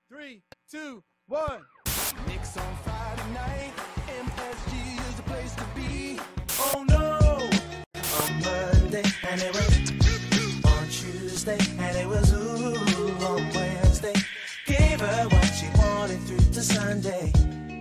3, 2, 1. Knicks on Friday night, MSG is the place to be. Oh no! On Monday, and it was on Tuesday, and it was ooh on Wednesday. Gave her what she wanted through to Sunday.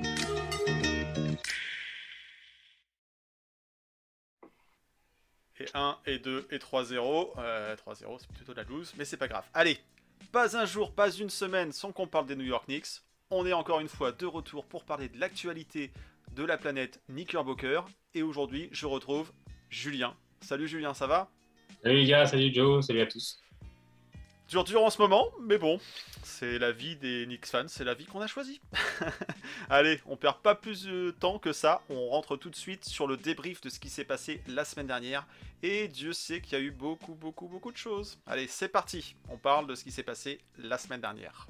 Et 1, et 2, et 3-0. 3-0, c'est plutôt la loose, mais c'est pas grave. Allez, pas un jour, pas une semaine sans qu'on parle des New York Knicks. On est encore une fois de retour pour parler de l'actualité de la planète Knickerbocker. Et aujourd'hui, je retrouve Julien. Salut Julien, ça va ? Salut les gars, salut Joe, salut à tous. Dur en ce moment, mais bon, c'est la vie des Knicks fans, c'est la vie qu'on a choisie. Allez, on perd pas plus de temps que ça, on rentre tout de suite sur le débrief de ce qui s'est passé la semaine dernière. Et Dieu sait qu'il y a eu beaucoup de choses. Allez, c'est parti, on parle de ce qui s'est passé la semaine dernière.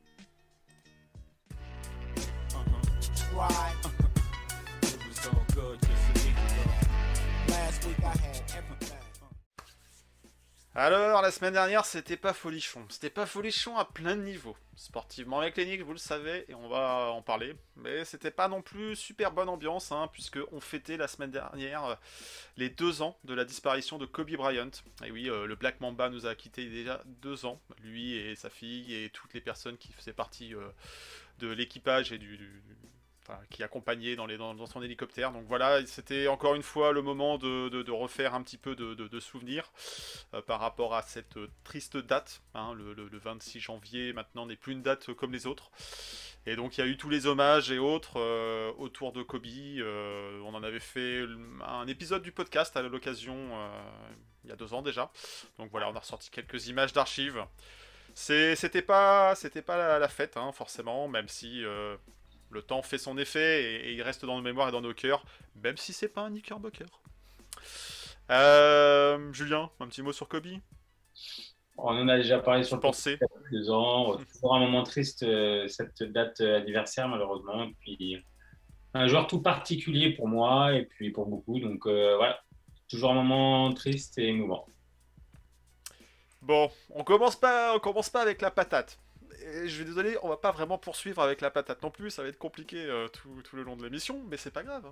Alors, la semaine dernière, c'était pas folichon. C'était pas folichon à plein de niveaux. Sportivement avec les Knicks, vous le savez, et on va en parler. Mais c'était pas non plus super bonne ambiance, puisqu'on fêtait la semaine dernière les 2 ans de la disparition de Kobe Bryant. Et oui, le Black Mamba nous a quittés déjà 2 ans. Lui et sa fille et toutes les personnes qui faisaient partie de l'équipage et qui accompagnait dans son hélicoptère. Donc voilà, c'était encore une fois le moment de refaire un petit peu de souvenirs par rapport à cette triste date. Le 26 janvier maintenant n'est plus une date comme les autres. Et donc il y a eu tous les hommages et autres autour de Kobe. On en avait fait un épisode du podcast à l'occasion il y a 2 ans déjà. Donc voilà, on a ressorti quelques images d'archives. C'était pas la fête, forcément, même si... le temps fait son effet et il reste dans nos mémoires et dans nos cœurs, même si c'est pas un Knickerbocker. Julien, un petit mot sur Kobe ? On en a déjà parlé sur le Pensée. podcast il y a 2 ans. Toujours un moment triste, cette date anniversaire, malheureusement. Et puis, un joueur tout particulier pour moi et puis pour beaucoup. Donc voilà, toujours un moment triste et émouvant. Bon, on commence pas avec la patate. Et je suis désolé, on va pas vraiment poursuivre avec la patate non plus, ça va être compliqué tout le long de l'émission, mais c'est pas grave,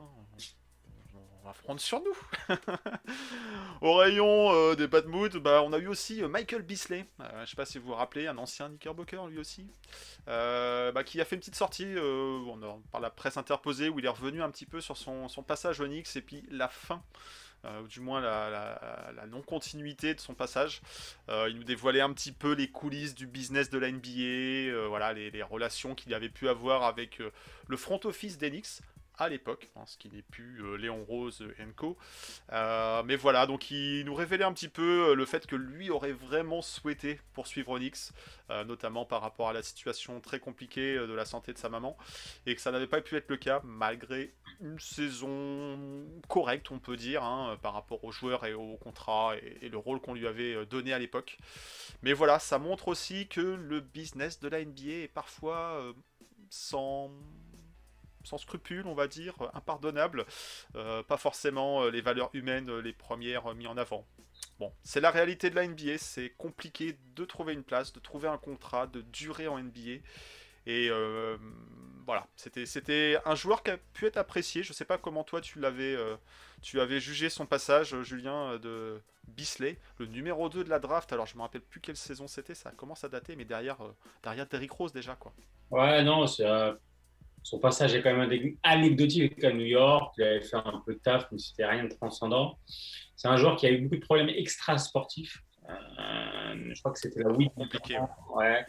on va prendre sur nous. Au rayon des bad moods, on a eu aussi Michael Beasley, je sais pas si vous vous rappelez, un ancien Knickerbocker lui aussi, qui a fait une petite sortie par la presse interposée où il est revenu un petit peu sur son passage au Knicks et puis la fin. Ou du moins la non-continuité de son passage. Il nous dévoilait un petit peu les coulisses du business de la NBA, les relations qu'il avait pu avoir avec le front office des Knicks à l'époque, ce qui n'est plus Léon Rose & Co. Mais voilà, donc il nous révélait un petit peu le fait que lui aurait vraiment souhaité poursuivre aux Knicks, notamment par rapport à la situation très compliquée de la santé de sa maman, et que ça n'avait pas pu être le cas malgré une saison correcte, on peut dire, par rapport aux joueurs et aux contrats et le rôle qu'on lui avait donné à l'époque. Mais voilà, ça montre aussi que le business de la NBA est parfois sans scrupule, on va dire, impardonnable. Pas forcément les valeurs humaines les premières mises en avant. Bon, c'est la réalité de la NBA, c'est compliqué de trouver une place, de trouver un contrat, de durer en NBA. Et voilà, c'était un joueur qui a pu être apprécié. Je sais pas comment toi tu avais jugé son passage, Julien, de Beasley, le numéro 2 de la draft. Alors je me rappelle plus quelle saison c'était, ça commence à dater, mais derrière Derrick Rose déjà, quoi. Ouais, non, son passage est quand même anecdotique à New York. Il avait fait un peu de taf, mais c'était rien de transcendant. C'est un joueur qui a eu beaucoup de problèmes extra-sportifs. Je crois que c'était la 8. Compliqué. Ouais.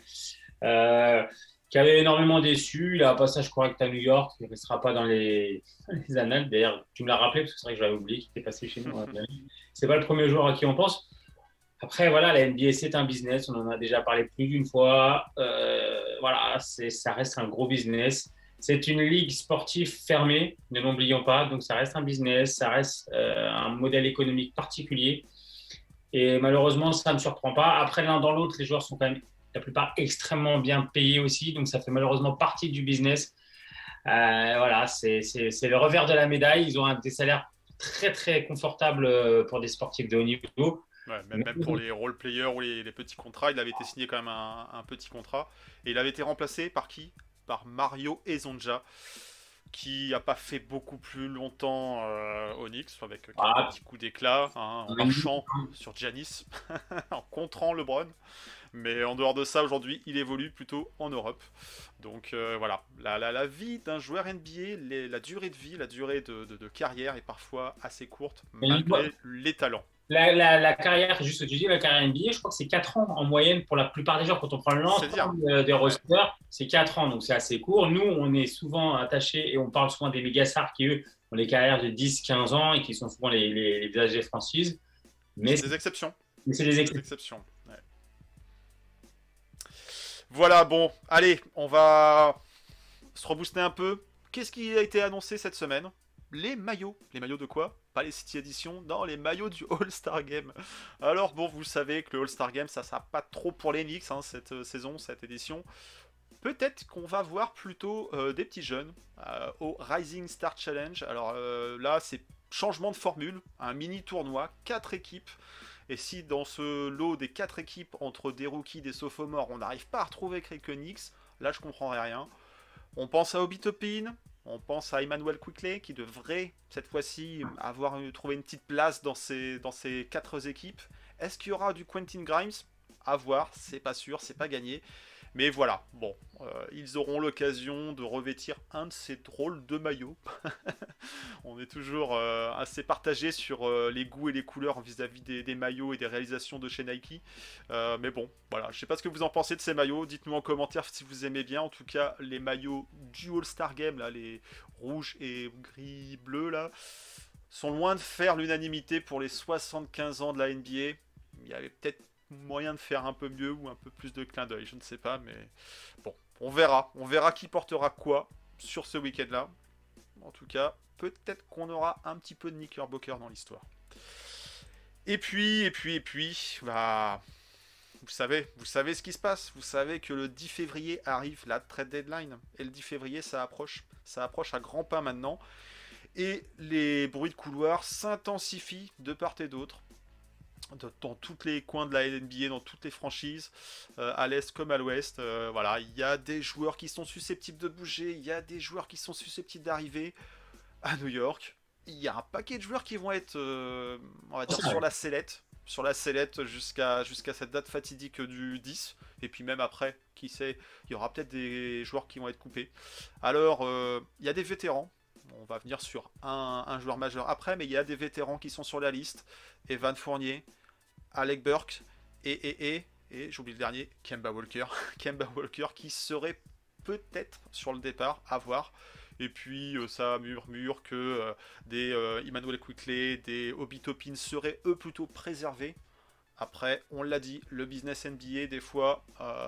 Qui avait énormément déçu. Il a un passage correct à New York. Il ne restera pas dans les annales. D'ailleurs, tu me l'as rappelé, parce que c'est vrai que j'avais oublié qu'il était passé chez nous. C'est pas le premier joueur à qui on pense. Après, voilà, la NBA, c'est un business. On en a déjà parlé plus d'une fois. Voilà, ça reste un gros business. C'est une ligue sportive fermée, ne l'oublions pas. Donc, ça reste un business, ça reste un modèle économique particulier. Et malheureusement, ça ne me surprend pas. Après, l'un dans l'autre, les joueurs sont quand même, la plupart, extrêmement bien payés aussi. Donc, ça fait malheureusement partie du business. Voilà, c'est le revers de la médaille. Ils ont des salaires très, très confortables pour des sportifs de haut niveau. Ouais, même pour les role-players ou les petits contrats, il avait été signé quand même un petit contrat. Et il avait été remplacé par qui? Par Mario Ezonja, qui a pas fait beaucoup plus longtemps au Knicks, avec quelques petits coups d'éclat, hein, en marchant sur Giannis, en contrant LeBron. Mais en dehors de ça, aujourd'hui, il évolue plutôt en Europe. Donc voilà, la vie d'un joueur NBA, la durée de vie, la durée de carrière est parfois assez courte, malgré les talents. La carrière, juste ce que tu dis, la carrière NBA, je crois que c'est 4 ans en moyenne pour la plupart des gens. Quand on prend l'ensemble des rosters, c'est 4 ans, donc c'est assez court. Nous, on est souvent attachés et on parle souvent des méga-stars qui, eux, ont des carrières de 10-15 ans et qui sont souvent les visages des franchises. Mais c'est des exceptions. Mais c'est des exceptions. Ouais. Voilà, bon, allez, on va se rebooster un peu. Qu'est-ce qui a été annoncé cette semaine? Les maillots. Les maillots de quoi? Pas les City Edition, non, les maillots du All-Star Game. Alors bon, vous savez que le All-Star Game, ça pas trop pour les Knicks, hein, cette saison, cette édition. Peut-être qu'on va voir plutôt des petits jeunes au Rising Star Challenge. Alors là, c'est changement de formule, un mini tournoi, 4 équipes. Et si dans ce lot des 4 équipes, entre des rookies, des sophomores, on n'arrive pas à retrouver quelques Knicks, là je comprendrai rien. On pense à Obi Toppin, on pense à Immanuel Quickley qui devrait cette fois-ci avoir trouvé une petite place dans ces 4 équipes. Est-ce qu'il y aura du Quentin Grimes? À voir, c'est pas sûr, c'est pas gagné. Mais voilà, bon, ils auront l'occasion de revêtir un de ces drôles de maillots. On est toujours assez partagé sur les goûts et les couleurs vis-à-vis des maillots et des réalisations de chez Nike. Mais bon, voilà, je sais pas ce que vous en pensez de ces maillots. Dites-nous en commentaire si vous aimez bien. En tout cas, les maillots du All-Star Game, là, les rouges et gris-bleus, là, sont loin de faire l'unanimité pour les 75 ans de la NBA. Il y avait peut-être moyen de faire un peu mieux ou un peu plus de clin d'œil, je ne sais pas, mais bon, on verra qui portera quoi sur ce week-end là. En tout cas, peut-être qu'on aura un petit peu de Knickerbocker dans l'histoire. Et puis, bah, vous savez ce qui se passe. Vous savez que le 10 février arrive la trade deadline, et le 10 février ça approche à grands pas maintenant, et les bruits de couloir s'intensifient de part et d'autre. Dans tous les coins de la NBA, dans toutes les franchises, à l'est comme à l'ouest, voilà, il y a des joueurs qui sont susceptibles de bouger, il y a des joueurs qui sont susceptibles d'arriver à New York. Il y a un paquet de joueurs qui vont être, on va dire, sur la sellette jusqu'à cette date fatidique du 10, et puis même après, qui sait, il y aura peut-être des joueurs qui vont être coupés. Alors, il y a des vétérans. On va venir sur un joueur majeur après, mais il y a des vétérans qui sont sur la liste. Evan Fournier, Alec Burks et j'oublie le dernier, Kemba Walker. Kemba Walker qui serait peut-être sur le départ, à voir. Et puis ça murmure que des Immanuel Quickley, des Obi Toppin seraient eux plutôt préservés. Après, on l'a dit, le business NBA des fois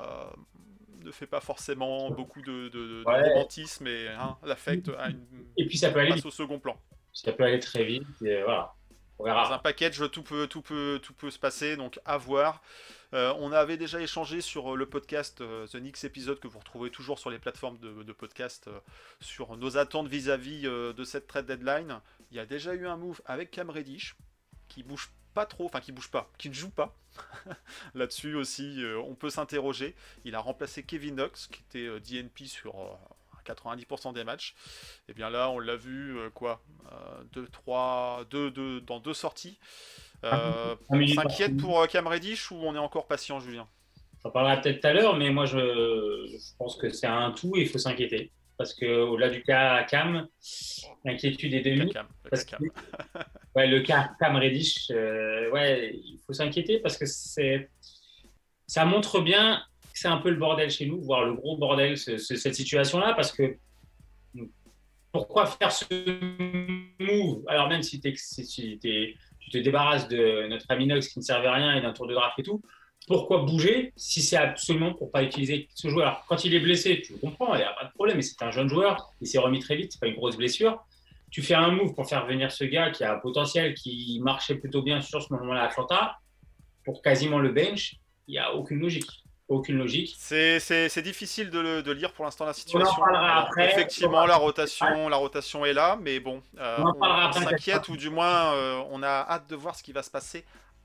ne fait pas forcément beaucoup de romantisme et l'affect à et puis ça peut aller au second plan. Ça peut aller très vite et voilà. On verra. Dans un package, tout peut se passer, donc à voir. On avait déjà échangé sur le podcast The Knicks épisode que vous retrouvez toujours sur les plateformes de podcast sur nos attentes vis-à-vis de cette trade deadline. Il y a déjà eu un move avec Cam Reddish qui bouge pas trop, enfin qui ne joue pas. Là-dessus aussi, on peut s'interroger. Il a remplacé Kevin Knox qui était DNP sur 90% des matchs. Et bien là, on l'a vu dans 2 sorties. On s'inquiète pour Cam Reddish ou on est encore patient, Julien? J'en parlerai peut-être tout à l'heure, mais moi je pense que c'est un tout et il faut s'inquiéter. Parce qu'au-delà du cas Cam, l'inquiétude est de mise. Le cas Cam Reddish, il faut s'inquiéter parce que ça montre bien que c'est un peu le bordel chez nous, voire le gros bordel, cette situation-là, parce que pourquoi faire ce move? Alors même si tu te débarrasses de notre ami Knox qui ne servait à rien et d'un tour de draft et tout, pourquoi bouger si c'est absolument pour ne pas utiliser ce joueur? Alors, quand il est blessé, tu le comprends, il n'y a pas de problème, mais c'est un jeune joueur, il s'est remis très vite, c'est pas une grosse blessure. Tu fais un move pour faire venir ce gars qui a un potentiel, qui marchait plutôt bien sur ce moment-là à Atlanta, pour quasiment le bench, il n'y a aucune logique. Aucune logique. C'est difficile de lire pour l'instant la situation. On en parlera après. Effectivement, la rotation est là, on s'inquiète ou du moins on a hâte de voir ce qui va se passer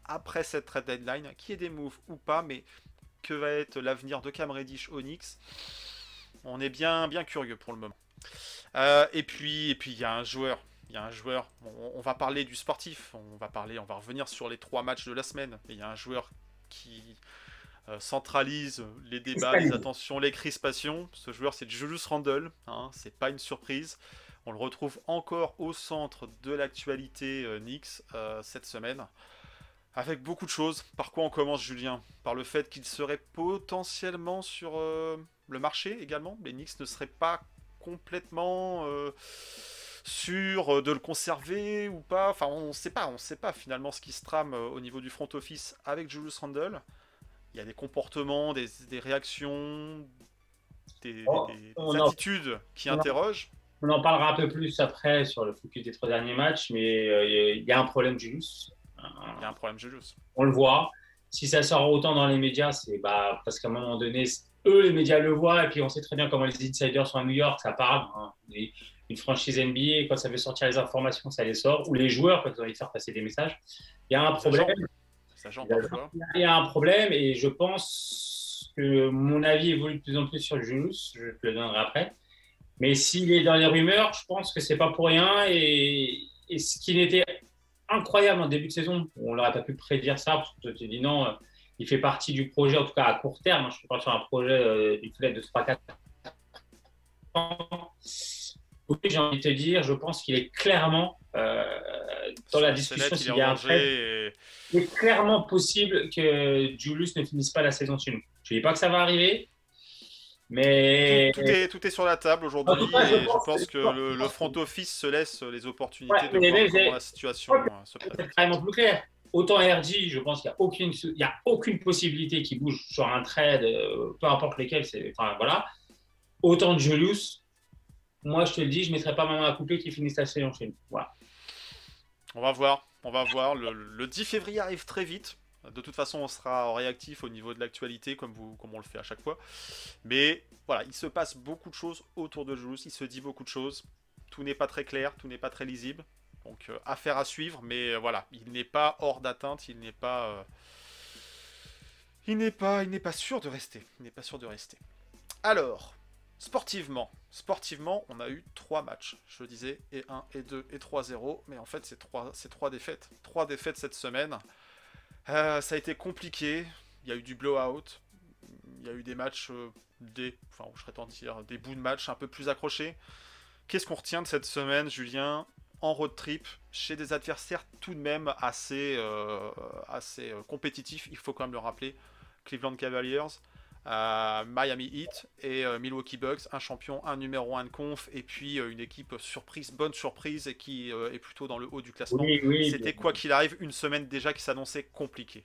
après cette trade deadline, qu'il y ait des moves ou pas, mais que va être l'avenir de Cam Reddish au Knicks, on est bien curieux pour le moment. Et puis il y a un joueur. On va parler du sportif. On va revenir sur les 3 matchs de la semaine. Et il y a un joueur qui centralise les débats, les attentions, les crispations. Ce joueur, c'est Julius Randle. Hein, c'est pas une surprise. On le retrouve encore au centre de l'actualité Knicks cette semaine. Avec beaucoup de choses. Par quoi on commence, Julien? Par le fait qu'il serait potentiellement sur le marché également. Les Knicks ne seraient pas complètement sûrs de le conserver ou pas. Enfin, on sait pas finalement ce qui se trame au niveau du front office avec Julius Randle. Il y a des comportements, des réactions, des attitudes qui interrogent. On en parlera un peu plus après sur le focus des 3 derniers matchs, mais il y a un problème, Julius. Il y a un problème, Julius. On le voit. Si ça sort autant dans les médias, c'est parce qu'à un moment donné, eux, les médias le voient, et puis on sait très bien comment les insiders sont à New York, ça parle. Hein. Une franchise NBA, quand ça veut sortir les informations, ça les sort. Ou les joueurs, quand ils ont envie de faire passer des messages. Il y a un problème. Il y a un problème, et je pense que mon avis évolue de plus en plus sur Julius. Je te le donnerai après. Mais s'il est dans les rumeurs, je pense que c'est pas pour rien. Et ce qui n'était incroyable en début de saison, on n'aurait pas pu prédire ça, parce que tu te dis non, il fait partie du projet, en tout cas à court terme. Je suis pas sur un projet d'une fenêtre de 3-4 ans. Oui, j'ai envie de te dire, je pense qu'il est clairement dans la discussion s'il y a un trade. Il est clairement possible que Julius ne finisse pas la saison chez nous. Je ne dis pas que ça va arriver. Mais tout est sur la table aujourd'hui et je pense que le front office se laisse les opportunités de voir comment la situation se présente. C'est carrément plus clair. Autant RJ, je pense qu'il n'y a aucune possibilité qu'il bouge sur un trade, peu importe lesquels. Enfin, voilà. Autant de Julius, moi je te le dis, je ne mettrai pas ma main à couper qu'il finisse la saison chez nous. Voilà. On va voir. Le 10 février arrive très vite. De toute façon, on sera réactif au niveau de l'actualité, comme on le fait à chaque fois. Mais voilà, il se passe beaucoup de choses autour de Julius. Il se dit beaucoup de choses. Tout n'est pas très clair, tout n'est pas très lisible. Donc, affaire à suivre. Mais voilà, il n'est pas hors d'atteinte. Il n'est pas sûr de rester. Il n'est pas sûr de rester. Alors, sportivement, on a eu 3 matchs. Je le disais, et 1, et 2, et 3-0. Mais en fait, c'est 3 défaites. 3 défaites cette semaine. Ça a été compliqué, il y a eu du blowout, il y a eu des matchs, je serais tenté de dire, des bouts de match un peu plus accrochés. Qu'est-ce qu'on retient de cette semaine, Julien, en road trip, chez des adversaires tout de même assez compétitifs, il faut quand même le rappeler, Cleveland Cavaliers, Miami Heat et Milwaukee Bucks, un champion, un numéro 1 de conf, et puis une équipe bonne surprise, et qui est plutôt dans le haut du classement. Oui, c'était quoi qu'il arrive, une semaine déjà qui s'annonçait compliquée.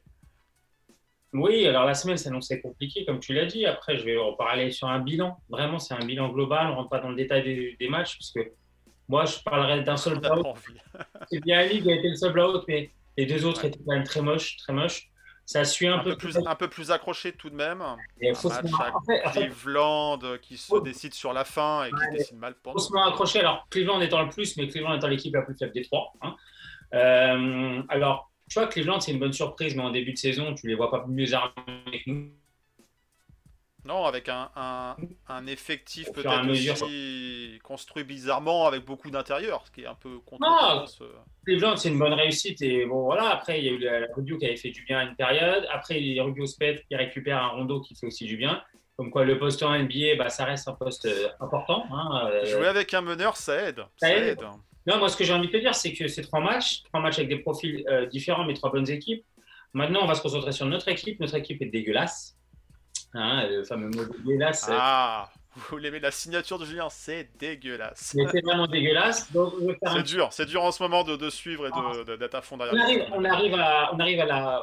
Oui, alors la semaine s'annonçait compliquée, comme tu l'as dit. Après, je vais en parler sur un bilan. Vraiment, c'est un bilan global, on ne rentre pas dans le détail des matchs, puisque moi, je parlerai d'un seul blowout. C'est bien Ali qui a été le seul blowout, mais les 2 autres étaient quand même très moches, très moches. Ça suit un peu plus accroché tout de même. Et Cleveland qui se décide sur la fin et qui décide mal pendant. Faussement accroché. Alors Cleveland étant le plus, mais Cleveland étant l'équipe la plus faible des 3. Hein. Alors tu vois, Cleveland c'est une bonne surprise, mais en début de saison tu les vois pas mieux armés que nous. Non, avec un effectif peut-être aussi construit bizarrement avec beaucoup d'intérieur, ce qui est un peu contre-tendance. Cleveland, c'est une bonne réussite. Et bon, voilà, après, il y a eu la Rubio qui avait fait du bien à une période. Après, il y a Rubio Spet qui récupère un Rondo qui fait aussi du bien. Comme quoi, le poste en NBA, ça reste un poste important. Hein. Jouer avec un meneur, ça aide. Non, moi, ce que j'ai envie de te dire, c'est que c'est 3 matchs avec des profils différents, mais 3 bonnes équipes. Maintenant, on va se concentrer sur notre équipe. Notre équipe est dégueulasse. Hein, le fameux mot dégueulasse. Ah, vous l'aimez, la signature de Julien, c'est dégueulasse. C'est vraiment dégueulasse. Donc, c'est dur en ce moment de suivre et d'être à fond derrière. On arrive à la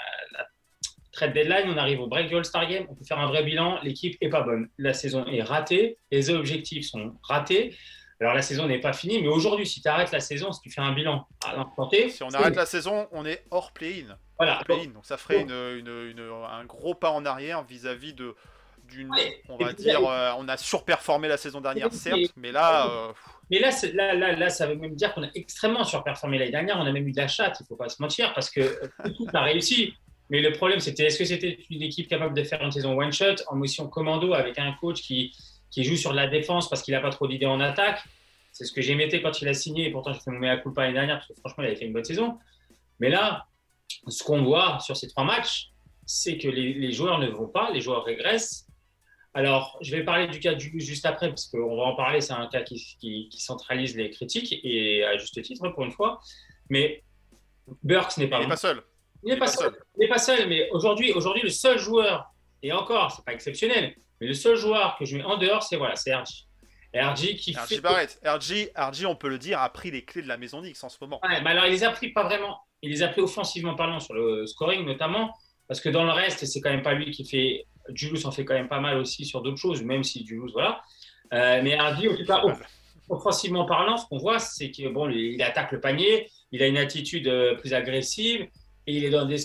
trade deadline, on arrive au break du All-Star Game, on peut faire un vrai bilan. L'équipe est pas bonne. La saison est ratée, les objectifs sont ratés. Alors la saison n'est pas finie, mais aujourd'hui, si tu arrêtes la saison, si tu fais un bilan à l'instant T, si on arrête la saison, on est hors play-in. Voilà. Donc ça ferait un gros pas en arrière vis-à-vis de Ouais. on va dire, on a surperformé la saison dernière, certes, mais là, Mais là, ça veut même dire qu'on a extrêmement surperformé l'année dernière. On a même eu de la chatte, il ne faut pas se mentir, parce que tout a réussi. Mais le problème, est-ce que c'était une équipe capable de faire une saison one-shot en mission commando avec un coach qui joue sur la défense parce qu'il n'a pas trop d'idées en attaque? C'est ce que j'aimais quand il a signé, et pourtant j'ai fait mon mea culpa l'année dernière, parce que franchement, il avait fait une bonne saison. Mais là, ce qu'on voit sur ces 3 matchs, c'est que les joueurs ne vont pas, les joueurs régressent. Alors, je vais parler du cas du juste après, parce qu'on va en parler, c'est un cas qui centralise les critiques, et à juste titre, pour une fois. Mais Burks n'est pas il n'est bon. pas seul. Il n'est pas seul. Il n'est pas seul, mais aujourd'hui, le seul joueur, et encore, c'est pas exceptionnel, mais le seul joueur que je mets en dehors, c'est RJ. RJ qui RJ fait... Barrett. RJ, on peut le dire, a pris les clés de la maison Knicks en ce moment. Ouais, mais alors, il les a pris pas vraiment. Il les a pris offensivement parlant, sur le scoring notamment, parce que dans le reste, c'est quand même pas lui qui fait... Julius en fait quand même pas mal aussi sur d'autres choses, même si Julius, voilà. Mais RJ, en tout cas, offensivement parlant, ce qu'on voit, c'est que bon, il attaque le panier, il a une attitude plus agressive, et il est dans des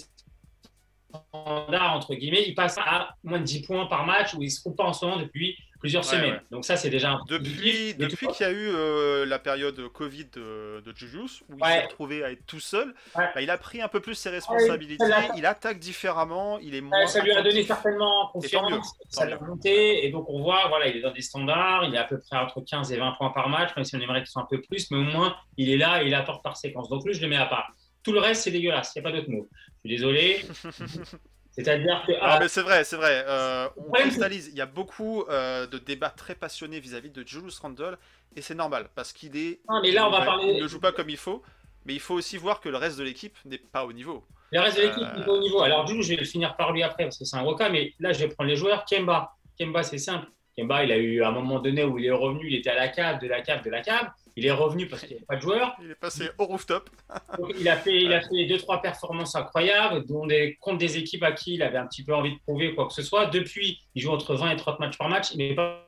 standards, entre guillemets, il passe à moins de 10 points par match, où il ne se trouve pas en ce moment depuis plusieurs semaines. Ouais. Donc ça, c'est déjà un Depuis qu'il y a eu la période Covid de Julius, où il s'est retrouvé à être tout seul, bah, il a pris un peu plus ses responsabilités, il attaque différemment, il est moins... ça lui a donné certainement confiance, ça l'a monté, et donc on voit, voilà, il est dans des standards, il est à peu près entre 15 et 20 points par match, même si on aimerait qu'ils soient un peu plus, mais au moins, il est là et il apporte par séquence. Donc lui, je le mets à part. Tout le reste, c'est dégueulasse, il n'y a pas d'autre mot. Je suis désolé. C'est-à-dire que... mais c'est vrai. On cristallise. Il y a beaucoup de débats très passionnés vis-à-vis de Julius Randle, et c'est normal, parce qu'il est... Non, mais là, on va parler... Il ne joue pas comme il faut, mais il faut aussi voir que le reste de l'équipe n'est pas au niveau. Le reste de l'équipe n'est pas au niveau. Alors, Julius, je vais le finir par lui après, parce que c'est un gros cas, mais là, je vais prendre les joueurs. Kemba, c'est simple. Kemba, il a eu un moment donné où il est revenu, il était à la cave, de la cave. Il est revenu parce qu'il n'y avait pas de joueurs. Il est passé au rooftop. Donc, il a fait 2-3 performances incroyables, contre des équipes à qui il avait un petit peu envie de prouver quoi que ce soit. Depuis, il joue entre 20 et 30 matchs par match. Il n'est pas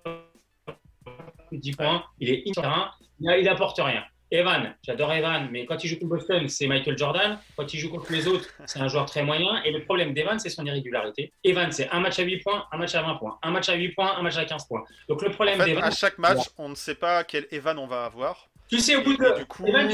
plus de 10 points. Il est terrain. Il n'apporte rien. Evan, j'adore Evan, mais quand il joue contre Boston, c'est Michael Jordan. Quand il joue contre les autres, c'est un joueur très moyen. Et le problème d'Evan, c'est son irrégularité. Evan, c'est un match à 8 points, un match à 20 points, un match à 8 points, un match à 15 points. Donc le problème d'Evan... À chaque match, on ne sait pas quel Evan on va avoir. Tu sais, au bout de... Du coup, Evan,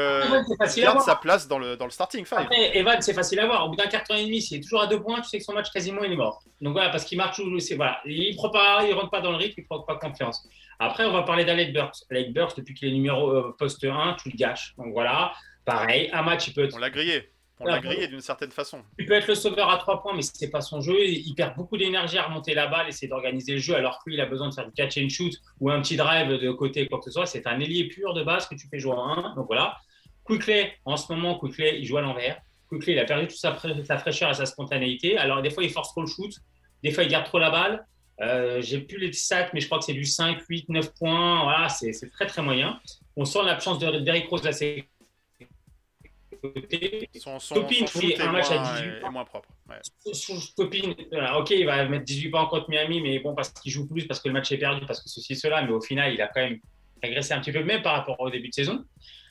il garde sa place dans le starting five. Après, Evan, c'est facile à voir. Au bout d'un quart d'heure et demi, s'il est toujours à 2 points, tu sais que son match, quasiment, il est mort. Donc voilà, parce qu'il marche toujours. Voilà. Il ne rentre pas dans le rythme, il ne prend pas confiance. Après, on va parler d'Alec Burks. Alec Burks, depuis qu'il est numéro poste 1, tu le gâches. Donc voilà, pareil, un match, il peut être... On l'a grillé. On l'a grillé d'une certaine façon. Il peut être le sauveur à 3 points, mais ce n'est pas son jeu. Il perd beaucoup d'énergie à remonter la balle, essayer d'organiser le jeu, alors que lui, il a besoin de faire du catch and shoot ou un petit drive de côté, quoi que ce soit. C'est un ailier pur de base que tu fais jouer en 1. Donc voilà. Quickley, en ce moment, il joue à l'envers. Quickley, il a perdu toute sa fraîcheur et sa spontanéité. Alors, des fois, il force trop le shoot. Des fois, il garde trop la balle. J'ai plus les stats, mais je crois que c'est du 5, 8, 9 points. Voilà, c'est très, très moyen. On sent l'absence de Derrick Rose à ses côtés. Son shoot est moins propre. Ouais. Copine, ok, il va mettre 18 points contre Miami, mais bon, parce qu'il joue plus, parce que le match est perdu, parce que ceci, cela. Mais au final, il a quand même régressé un petit peu, même par rapport au début de saison.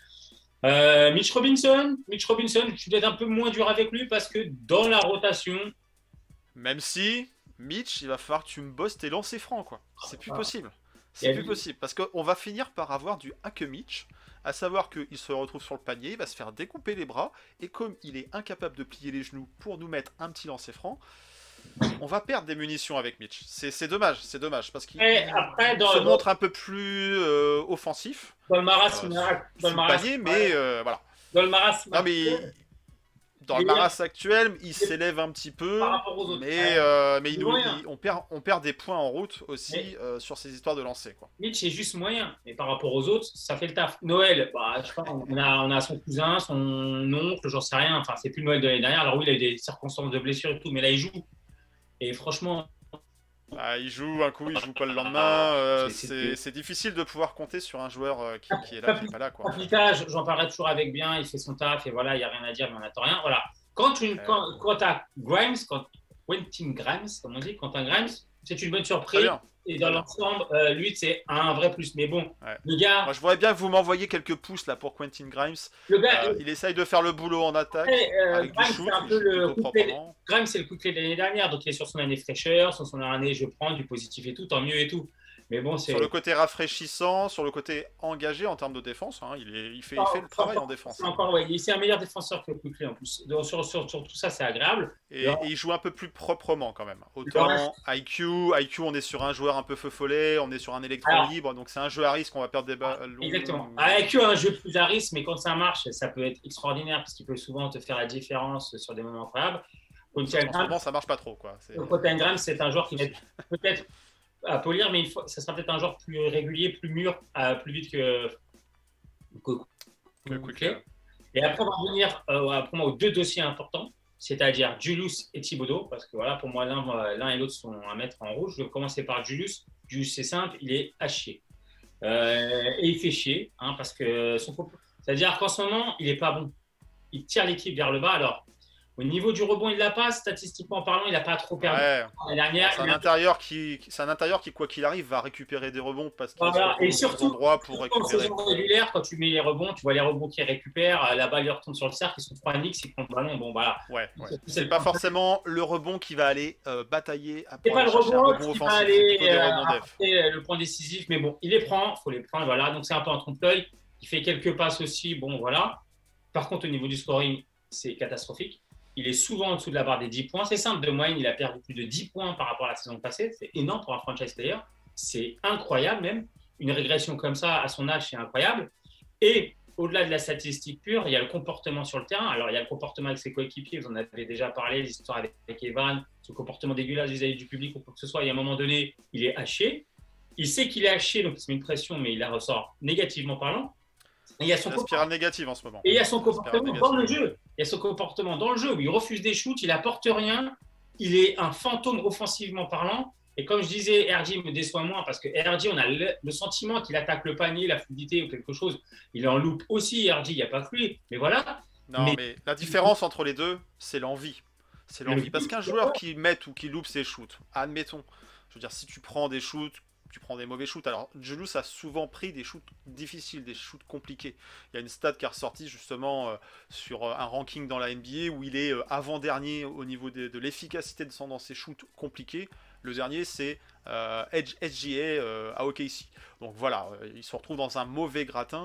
Mitch Robinson, je suis peut-être un peu moins dur avec lui, parce que dans la rotation... Même si... Mitch, il va falloir que tu me bosses tes lancers francs, quoi. C'est plus possible. C'est plus possible. Parce qu'on va finir par avoir du hack Mitch, à savoir qu'il se retrouve sur le panier, il va se faire découper les bras, et comme il est incapable de plier les genoux pour nous mettre un petit lancer franc, on va perdre des munitions avec Mitch. C'est dommage, parce qu'il se montre un peu plus offensif. Dans le marasme, panier, mais voilà. Dans le marasme. Non, mais... Dans le Maras actuel, il s'élève un petit peu, mais on perd des points en route aussi sur ces histoires de lancer. Mitch est juste moyen, et par rapport aux autres, ça fait le taf. Noël, je sais pas, on a son cousin, son oncle, j'en sais rien, enfin c'est plus Noël de l'année dernière, alors oui, il a eu des circonstances de blessure et tout, mais là il joue. Et franchement... il joue un coup, il joue pas le lendemain. C'est difficile de pouvoir compter sur un joueur qui est là, qui n'est pas là. J'en parlerai toujours avec bien, il fait son taf et voilà, il n'y a rien à dire, mais on n'attend rien. Voilà. Quand tu as Grimes, Quentin Grimes, comme on dit, Quentin Grimes, c'est une bonne Très surprise. bien. Et dans Très bien. l'ensemble, lui, c'est un vrai plus. Mais bon, Ouais. le gars, Moi, je voudrais bien que vous m'envoyiez quelques pouces là pour Quentin Grimes. le gars Il essaye de faire le boulot en attaque avec du Grimes, shoot, c'est un il peu joue le plutôt coup de clé. proprement. Grimes, c'est le coup de clé de l'année dernière. Donc, il est sur son année fraîcheur, sur son année je prends du positif et tout, tant mieux et tout. Mais bon, c'est. Sur le côté rafraîchissant, sur le côté engagé en termes de défense, hein, il fait le travail en défense. C'est encore, ouais, c'est un meilleur défenseur que Quickly en plus. Donc, sur tout ça, c'est agréable. Et il joue un peu plus proprement quand même. Le Autant reste- IQ, on est sur un joueur un peu feu follet, on est sur un électron Alors- libre, donc c'est un jeu à risque, on va perdre des ballons. Exactement. Avec eux, un jeu plus à risque, mais quand ça marche, ça peut être extraordinaire parce qu'il peut souvent te faire la différence sur des moments incroyables. En ce moment, ça marche pas trop, quoi. Quentin Grimes, c'est un joueur qui va être peut-être à polir, mais ça sera peut-être un joueur plus régulier, plus mûr, plus vite que Quickly. Et après, on va revenir pour moi aux deux dossiers importants, c'est-à-dire Julius et Thibodeau, parce que voilà, pour moi, l'un et l'autre sont à mettre en rouge. Je vais commencer par Julius. Julius, c'est simple, il est à chier. Et il fait chier, hein, parce que c'est-à-dire qu'en ce moment, il n'est pas bon. Il tire l'équipe vers le bas. Alors, au niveau du rebond, il ne l'a pas. Statistiquement parlant, il n'a pas trop perdu. Ouais. L'année dernière, C'est un intérieur qui, quoi qu'il arrive, va récupérer des rebonds parce qu'il Voilà. Et surtout, endroit pour en récupérer. saison régulière, quand tu mets les rebonds, tu vois les rebonds qu'il récupère, la balle lui retombe sur le cercle, ils sont 3 nix, ils prennent le ballon. Bon, voilà. Ouais. C'est pas forcément le rebond qui va aller batailler C'est pour pas aller le chercher un rebond rebond qui va offensif, c'est aller plutôt des rebonds def. apporter le point décisif, mais bon, il les prend, il faut les prendre, voilà. Donc c'est un peu en trompe-l'œil. Il fait quelques passes aussi, bon, voilà. Par contre, au niveau du scoring, c'est catastrophique. Il est souvent en dessous de la barre des 10 points. C'est simple, de moyenne, il a perdu plus de 10 points par rapport à la saison passée. C'est énorme pour un franchise player. C'est incroyable même. Une régression comme ça à son âge, c'est incroyable. Et au-delà de la statistique pure, il y a le comportement sur le terrain. Alors, il y a le comportement avec ses coéquipiers. Vous en avez déjà parlé, l'histoire avec Evan, ce comportement dégueulasse vis-à-vis du public ou quoi que ce soit. Et à un moment donné, il est haché. Il sait qu'il est haché, donc il se met une pression, mais il la ressort négativement parlant. Et il y a son La spirale négative en ce moment. Et il y a son comportement négative. dans le jeu. Il y a son comportement dans le jeu où il refuse des shoots, il apporte rien, il est un fantôme offensivement parlant. Et comme je disais, RJ me déçoit moins parce que RJ, on a le sentiment qu'il attaque le panier, la fluidité ou quelque chose. Il en loupe aussi, RJ, il n'y a pas que lui. Mais voilà. Non, mais la différence entre les deux, c'est l'envie. C'est l'envie. Parce qu'un joueur qui met ou qui loupe ses shoots, admettons, je veux dire, si tu prends des shoots, tu prends des mauvais shoots. Alors, Julius a souvent pris des shoots difficiles, des shoots compliqués. Il y a une stat qui est ressortie justement sur un ranking dans la NBA où il est avant-dernier au niveau de l'efficacité dans ses shoots compliqués. Le dernier, c'est SGA à OKC. Donc voilà, il se retrouve dans un mauvais gratin.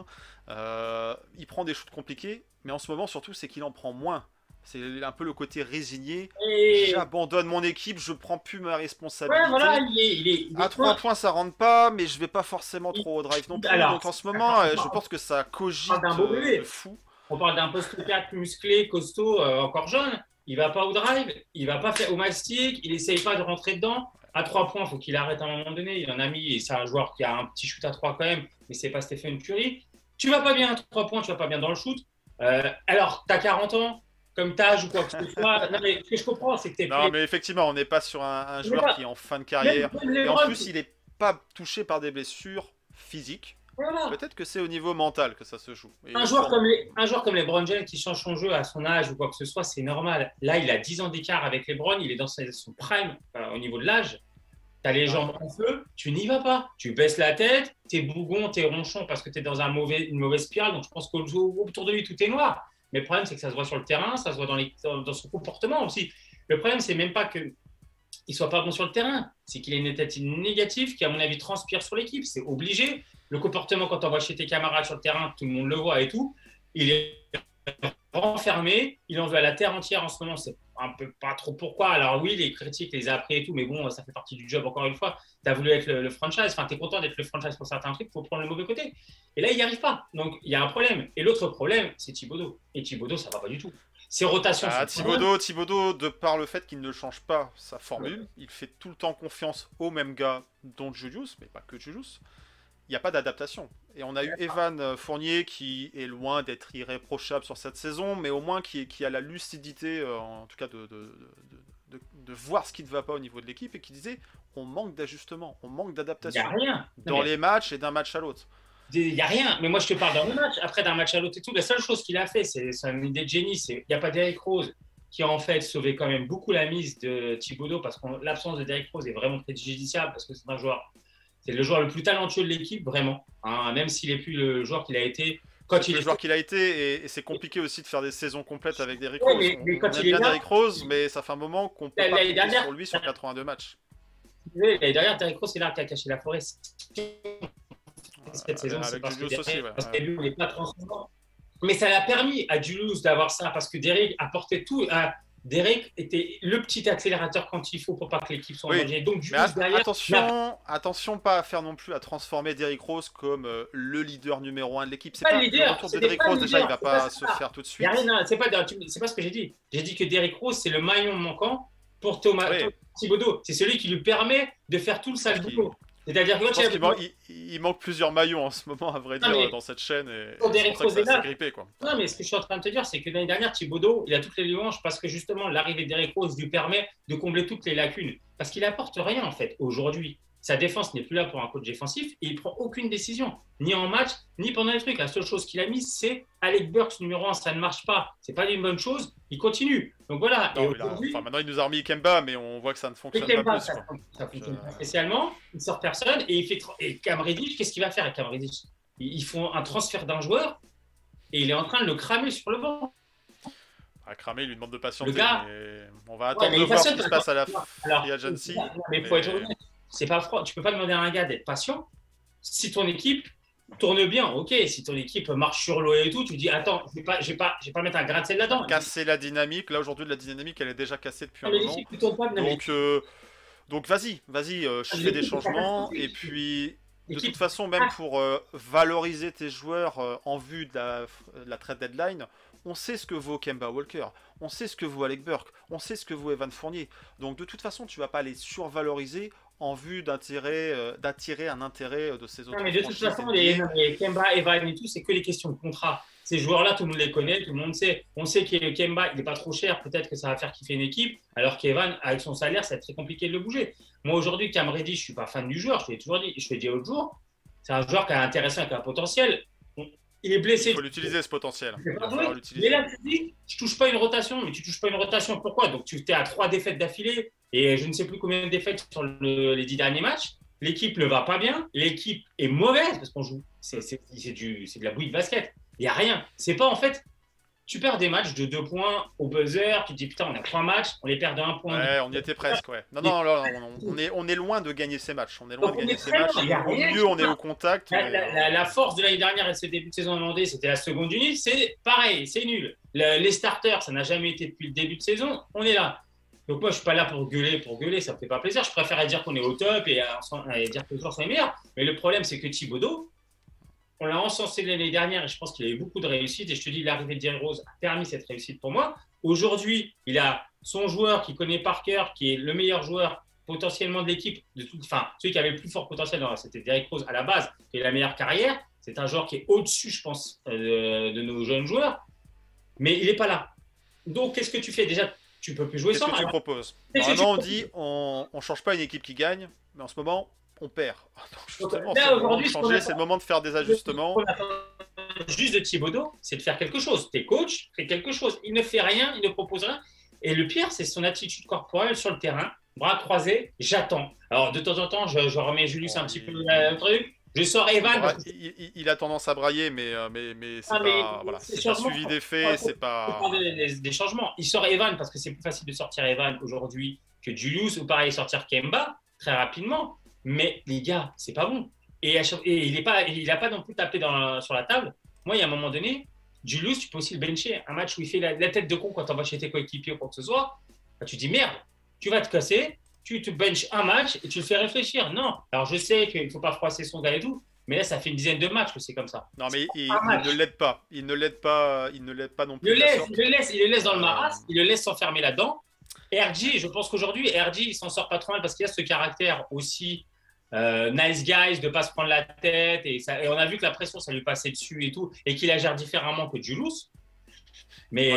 Il prend des shoots compliqués, mais en ce moment, surtout, c'est qu'il en prend moins. C'est un peu le côté résigné. Et... J'abandonne mon équipe, je prends plus ma responsabilité. Ouais, voilà, il est À 3 points, ça rentre pas, mais je vais pas forcément trop au drive non plus. Alors, donc en ce moment, je pense que ça cogite d'un beau bébé. de fou. On parle d'un poste 4 musclé, costaud, encore jeune. Il va pas au drive, il va pas faire au mastic, il essaye pas de rentrer dedans. À 3 points, il faut qu'il arrête à un moment donné. Il en a mis, et c'est un joueur qui a un petit shoot à 3 quand même, mais c'est pas Stephen Curry. Tu vas pas bien à 3 points, tu vas pas bien dans le shoot. Alors, tu as 40 ans, comme Taj ou quoi que ce soit. Non, mais ce que je comprends, c'est que t'es Non, mais effectivement, on n'est pas sur un joueur qui est en fin de carrière. Et en plus, il est pas touché par des blessures physiques. Voilà. Peut-être que c'est au niveau mental que ça se joue. Et Un joueur comme LeBron James qui change son jeu à son âge ou quoi que ce soit, c'est normal. Là, il a 10 ans d'écart avec LeBron, il est dans son prime au niveau de l'âge. Tu as les jambes en feu, tu n'y vas pas. Tu baisses la tête, tu es bougon, tu es ronchon parce que tu es dans une mauvaise spirale. Donc, je pense qu'autour de lui, tout est noir. Mais le problème, c'est que ça se voit sur le terrain, ça se voit dans son comportement aussi. Le problème, c'est même pas qu'il ne soit pas bon sur le terrain, c'est qu'il ait une attitude négative qui, à mon avis, transpire sur l'équipe. C'est obligé. Le comportement, quand on voit chez tes camarades sur le terrain, tout le monde le voit et tout, il est renfermé, il en veut à la terre entière en ce moment. C'est un peu pas trop pourquoi. Alors oui, les critiques, les a appris et tout, mais bon, ça fait partie du job encore une fois. Tu as voulu être le franchise, enfin, tu es content d'être le franchise pour certains trucs, il faut prendre le mauvais côté. Et là, il n'y arrive pas. Donc, il y a un problème. Et l'autre problème, c'est Thibodeau. Et Thibodeau, ça ne va pas du tout. Ses rotations sont Thibodeau, de par le fait qu'il ne change pas sa formule, il fait tout le temps confiance au même gars, dont Julius, mais pas que Julius. Il n'y a pas d'adaptation. Et on a eu Evan Fournier qui est loin d'être irréprochable sur cette saison, mais au moins qui a la lucidité, en tout cas, de voir ce qui ne va pas au niveau de l'équipe et qui disait on manque d'ajustement, on manque d'adaptation dans les matchs et d'un match à l'autre. Il n'y a rien, mais moi je te parle d'un match. Après, d'un match à l'autre et tout, la seule chose qu'il a fait, c'est une idée de génie. Il n'y a pas d'Eric Rose, qui a en fait sauvé quand même beaucoup la mise de Thibodeau parce que l'absence de Derrick Rose est vraiment préjudiciable parce que c'est le joueur le plus talentueux de l'équipe, vraiment. Hein, même s'il n'est plus le joueur qu'il a été quand il Le est joueur qu'il a été, et c'est compliqué aussi de faire des saisons complètes avec Derrick Ouais, Rose. mais quand on aime il est bien là- Derrick Rose, mais ça fait un moment qu'on peut pas L'année compter dernière- sur lui sur 82 matchs. L'année dernière, Derrick Rose, c'est là qui a caché la forêt. Cette saison, c'est Avec parce que Julius aussi, ouais. parce que lui, on n'est pas transcendant. Mais ça l'a permis à Julius d'avoir ça parce que Derrick apportait tout. Derrick était le petit accélérateur quand il faut pour pas que l'équipe soit en Oui, danger. Donc Mais Julius derrière. attention pas à faire non plus à transformer Derrick Rose comme le leader numéro 1 de l'équipe. C'est Pas pas le leader, le retour de c'est Derrick pas le Rose, déjà il leader, va c'est pas pas se ça. faire tout de Y suite. a rien, c'est pas ce que j'ai dit. J'ai dit que Derrick Rose, c'est le maillon manquant pour Thomas Oui. Thibodeau. C'est celui qui lui permet de faire tout le sale pense qu'il- boulot. C'est-à-dire que Je quand pense il a qu'il manque plusieurs maillons en ce moment, à vrai Non, dire, mais- dans cette chaîne. Et Quand c'est Derrick pour ça que Rose est ça là- s'est grippé, quoi. Non, mais ce que je suis en train de te dire, c'est que l'année dernière, Thibodeau, il a toutes les louanges parce que justement, l'arrivée de Derrick Rose lui permet de combler toutes les lacunes. Parce qu'il apporte rien, en fait, aujourd'hui. Sa défense n'est plus là pour un coach défensif et il prend aucune décision, ni en match, ni pendant les trucs. La seule chose qu'il a mise, c'est Alec Burks, numéro 1, ça ne marche pas. C'est pas une bonne chose, il continue. Donc voilà. Non, Et mais là, aujourd'hui, enfin, maintenant il nous a remis Kemba, mais on voit que ça ne fonctionne Kemba, pas plus. Quoi. ça fonctionne pas spécialement, il sort personne et il fait. Et Cam Reddish, qu'est-ce qu'il va faire avec Cam Reddish? Ils font un transfert d'un joueur et il est en train de le cramer sur le banc. À cramer, il lui demande de patienter. Le gars- Mais on va attendre mais de il voir ce patiente, qui se passe à la Alors, free agency. mais il faut être honnête, c'est pas froid. Tu peux pas demander à un gars d'être patient. Si ton équipe tourne bien, ok. Si ton équipe marche sur l'eau et tout, tu dis attends, je vais pas mettre un grain de sel là-dedans. Casser la dynamique. Là, aujourd'hui, la dynamique, elle est déjà cassée depuis un Mais moment. l'équipe ne tourne pas de Donc vas-y, je fais des changements. Et puis, de l'équipe. toute façon, même pour valoriser tes joueurs en vue de la trade deadline, on sait ce que vaut Kemba Walker, on sait ce que vaut Alec Burke, on sait ce que vaut Evan Fournier. Donc de toute façon, tu vas pas les survaloriser en vue d'attirer un intérêt de ces autres Non, mais de toute franchises façon, NBA. les Kemba, Evan et tout, c'est que les questions de contrat. Ces joueurs-là, tout le monde les connaît, tout le monde sait. On sait que Kemba, il n'est pas trop cher, peut-être que ça va faire kiffer une équipe, alors qu'Evan, avec son salaire, ça va être très compliqué de le bouger. Moi, aujourd'hui, Cam Reddish, je ne suis pas fan du joueur, je te l'ai toujours dit, je te l'ai dit l'autre jour. C'est un joueur qui est intéressant avec un potentiel. Il est blessé. Il faut l'utiliser ce potentiel. Il va Oui, falloir mais l'utiliser. là, tu dis, je touche pas une rotation. Mais tu touches pas une rotation, pourquoi? Donc, tu es à 3 défaites d'affilée et je ne sais plus combien de défaites sur les 10 derniers matchs. L'équipe ne va pas bien. L'équipe est mauvaise parce qu'on joue. C'est de la bouillie de basket. Il n'y a rien. C'est pas en fait. Tu perds des matchs de 2 points au buzzer. Tu te dis putain, on a 3 matchs, on les perd de 1 point. Ouais, on y était presque, ouais. Non, on est loin de gagner ces matchs. On est loin Donc, de on gagner est ces très matchs. loin, il y a Au rien mieux, qui on est va. au contact. mais, La force de l'année dernière et ce début de saison hollandais, c'était la seconde unité. C'est pareil, c'est nul. Les starters, ça n'a jamais été depuis le début de saison. On est là. Donc moi, je suis pas là pour gueuler, ça me fait pas plaisir. Je préfère dire qu'on est au top et dire que les joueurs sont les meilleurs. Mais le problème, c'est que Thibodeau, on l'a encensé l'année dernière et je pense qu'il a eu beaucoup de réussite. Et je te dis, l'arrivée de Derrick Rose a permis cette réussite pour moi. Aujourd'hui, il a son joueur qui connaît par cœur, qui est le meilleur joueur potentiellement de l'équipe, enfin, celui qui avait le plus fort potentiel, c'était Derrick Rose à la base, qui a la meilleure carrière. C'est un joueur qui est au-dessus, je pense, de nos jeunes joueurs. Mais il n'est pas là. Donc, qu'est-ce que tu fais? Déjà, tu peux plus jouer Qu'est-ce sans. que tu Alors, proposes? qu'est-ce que Normalement, on tu dit on change pas une équipe qui gagne, mais en ce moment, on perd. Donc, justement, là, c'est le moment aujourd'hui, de ce qu'on changer, attend- c'est le moment de faire des ajustements. On attend juste de Thibodeau, c'est de faire quelque chose. T'es coach, fais quelque chose. Il ne fait rien, il ne propose rien. Et le pire, c'est son attitude corporelle sur le terrain, bras croisés, j'attends. Alors, de temps en temps, je remets Julius un petit peu le truc. Je sors Evan. parce que Il a tendance à brailler, mais c'est Ah, mais pas, voilà, c'est c'est pas sûrement- suivi des faits, c'est faut pas. prendre des changements. Il sort Evan parce que c'est plus facile de sortir Evan aujourd'hui que Julius ou pareil sortir Kemba très rapidement. Mais les gars, c'est pas bon. Et il n'a pas non plus tapé sur la table. Moi, il y a un moment donné, Julius, tu peux aussi le bencher. Un match où il fait la tête de con quand on va chez tes coéquipiers ou quoi que ce soit, bah, tu dis merde, tu vas te casser, tu te benches un match et tu le fais réfléchir. Non. Alors, je sais qu'il ne faut pas froisser son gars et tout, mais là, ça fait une dizaine de matchs que c'est comme ça. Non, mais il match. ne l'aide pas. Il ne l'aide pas non Il plus. le de la laisse, sorte. il le laisse dans le maras, il le laisse s'enfermer là-dedans. RG, je pense qu'aujourd'hui, RG, il s'en sort pas trop mal parce qu'il a ce caractère aussi nice guys, de pas se prendre la tête. Et on a vu que la pression, ça lui passait dessus et tout, et qu'il la gère différemment que Julius. Mais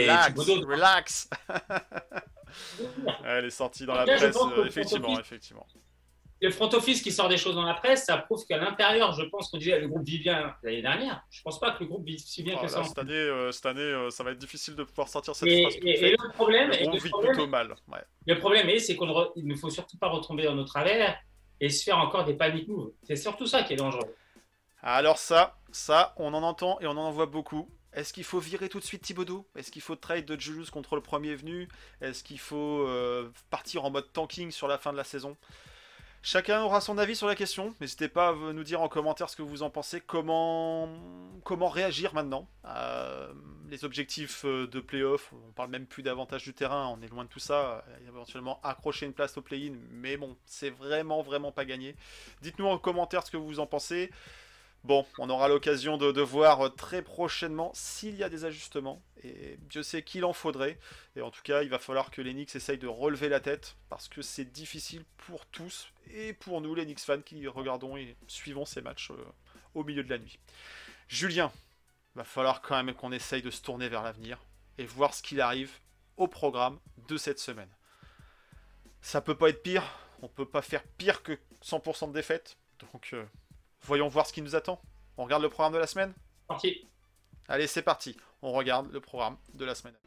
Relax. Elle est sortie dans la Là, je presse, pense que effectivement. le front office qui sort des choses dans la presse, ça prouve qu'à l'intérieur, je pense qu'on disait le groupe vit bien l'année dernière. Je ne pense pas que le groupe vit si bien que ça. Cette année, ça va être difficile de pouvoir sortir cette Et, phrase. et le problème, on vit plutôt mal. Ouais. Le problème, c'est qu'il ne faut surtout pas retomber dans nos travers et se faire encore des panic moves. C'est surtout ça qui est dangereux. Alors ça, on en entend et on en voit beaucoup. Est-ce qu'il faut virer tout de suite Thibodeau? Est-ce qu'il faut trade de Julius contre le premier venu? Est-ce qu'il faut partir en mode tanking sur la fin de la saison? Chacun aura son avis sur la question. N'hésitez pas à nous dire en commentaire ce que vous en pensez. Comment réagir maintenant? Les objectifs de play-off, on parle même plus d'avantage du terrain, on est loin de tout ça. Éventuellement accrocher une place au play-in, mais bon, c'est vraiment pas gagné. Dites-nous en commentaire ce que vous en pensez. Bon, on aura l'occasion de voir très prochainement s'il y a des ajustements. Et Dieu sait qu'il en faudrait. Et en tout cas, il va falloir que les Knicks essayent de relever la tête. Parce que c'est difficile pour tous. Et pour nous, les Knicks fans qui regardons et suivons ces matchs au milieu de la nuit. Julien, il va falloir quand même qu'on essaye de se tourner vers l'avenir. Et voir ce qu'il arrive au programme de cette semaine. Ça peut pas être pire. On peut pas faire pire que 100% de défaite. Donc... voyons voir ce qui nous attend. On regarde le programme de la semaine? Parti. Allez, c'est parti. On regarde le programme de la semaine.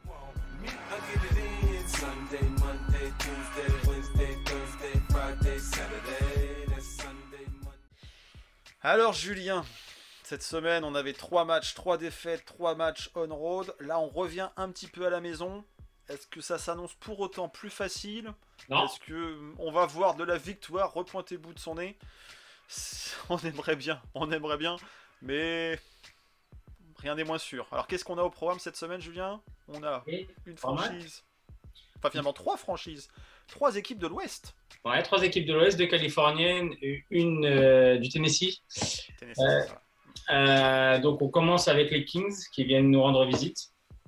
Alors, Julien, cette semaine, on avait 3 matchs, 3 défaites, 3 matchs on-road. Là, on revient un petit peu à la maison. Est-ce que ça s'annonce pour autant plus facile? Non. Est-ce qu'on va voir de la victoire repointer le bout de son nez? On aimerait bien, mais rien n'est moins sûr. Alors qu'est-ce qu'on a au programme cette semaine, Julien? On a une franchise, enfin finalement 3 franchises, 3 équipes de l'Ouest. Ouais, 3 équipes de l'Ouest, 2 californiennes, une du Tennessee. Donc on commence avec les Kings qui viennent nous rendre visite.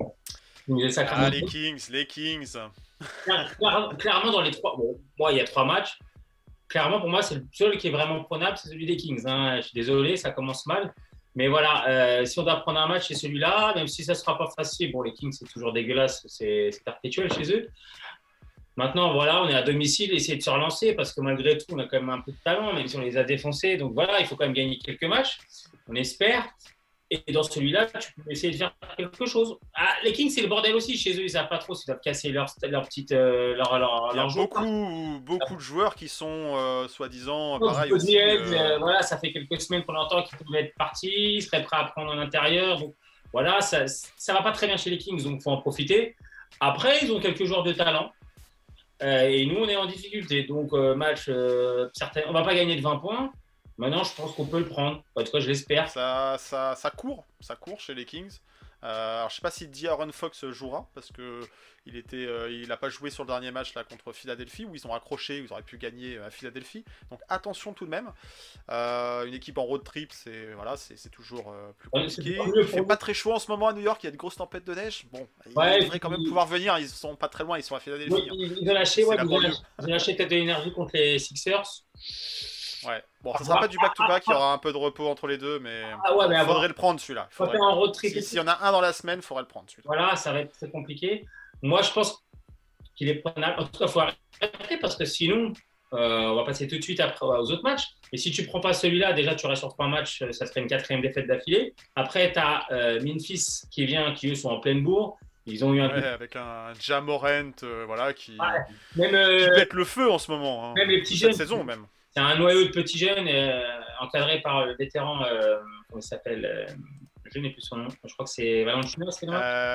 Les Kings. Clairement dans les 3, bon, moi il y a 3 matchs. Clairement, pour moi, c'est le seul qui est vraiment prenable, c'est celui des Kings. Hein. Je suis désolé, ça commence mal. Mais voilà, si on doit prendre un match, c'est celui-là, même si ça ne sera pas facile. Bon, les Kings, c'est toujours dégueulasse, c'est perpétuel chez eux. Maintenant, voilà, on est à domicile, essayer de se relancer, parce que malgré tout, on a quand même un peu de talent, même si on les a défoncés. Donc voilà, il faut quand même gagner quelques matchs, on espère. Et dans celui-là, tu peux essayer de faire quelque chose. Ah, les Kings, c'est le bordel aussi. Chez eux, ils ne savent pas trop s'ils doivent casser leur petite. Il y a beaucoup de joueurs qui sont soi-disant pareil. Aussi, voilà, ça fait quelques semaines qu'on entend qu'ils pouvaient être partis, ils seraient prêts à prendre en intérieur. Donc voilà, ça ne va pas très bien chez les Kings, donc il faut en profiter. Après, ils ont quelques joueurs de talent. Et nous, on est en difficulté. Donc, match, on ne va pas gagner de 20 points. Maintenant, je pense qu'on peut le prendre. En tout cas, je l'espère. Ça court chez les Kings. Alors, je sais pas si De'Aaron Fox jouera parce que il n'a pas joué sur le dernier match là contre Philadelphie où ils ont accroché, ils auraient pu gagner à Philadelphie. Donc attention tout de même. Une équipe en road trip, c'est toujours plus compliqué. Il fait pas très chaud en ce moment à New York. Il y a de grosses tempêtes de neige. Bon, ils devraient quand même pouvoir venir. Ils sont pas très loin. Ils sont à Philadelphie. Oui, ils ont lâché peut-être de l'énergie contre les Sixers. Ouais, bon, ça sera pas du back-to-back, il y aura un peu de repos entre les deux, mais il faudrait le prendre celui-là. S'il y en a un dans la semaine, il faudrait le prendre celui-là. Voilà, ça va être très compliqué. Moi, je pense qu'il est prenable. En tout cas, il faut arrêter parce que sinon, on va passer tout de suite après aux autres matchs. Et si tu ne prends pas celui-là, déjà, tu aurais sur 3 matchs, ça serait une 4e défaite d'affilée. Après, tu as Memphis qui vient, qui eux sont en pleine bourre. Ils ont eu avec un Ja Morant qui pète le feu en ce moment. Hein. Même les petits jeunes. Cette saison, même. C'est un noyau de petits jeunes encadré par le vétéran, comment il s'appelle je n'ai plus son nom. Je crois que c'est Valanciunas, c'est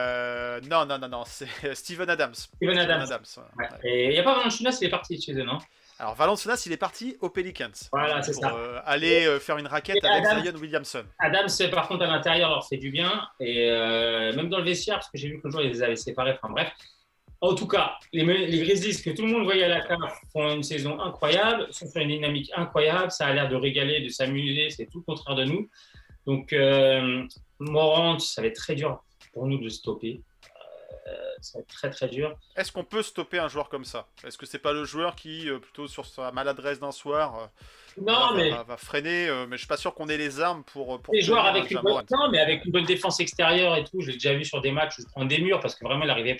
non, c'est Steven Adams. Steven Adams. Ouais. Et il n'y a pas Valanciunas, il est parti chez eux, non? Alors Valanciunas, il est parti aux Pelicans. Voilà, c'est ça. Aller faire une raquette avec Zion Williamson. Adams, par contre, à l'intérieur, leur fait du bien. Et même dans le vestiaire, parce que j'ai vu que le jour, ils les avaient séparés. Enfin bref. En tout cas, les Grizzlies, que tout le monde voyait à la carte, font une saison incroyable, sont sur une dynamique incroyable, ça a l'air de régaler, de s'amuser, c'est tout le contraire de nous. Donc, Morant, ça va être très dur pour nous de stopper. Ça va être très très dur. Est-ce qu'on peut stopper un joueur comme ça? Est-ce que c'est pas le joueur qui, plutôt sur sa maladresse d'un soir, va freiner mais je suis pas sûr qu'on ait les armes pour les joueurs avec une bonne défense extérieure et tout. J'ai déjà vu sur des matchs où je prends des murs parce que vraiment il n'arrivait pas.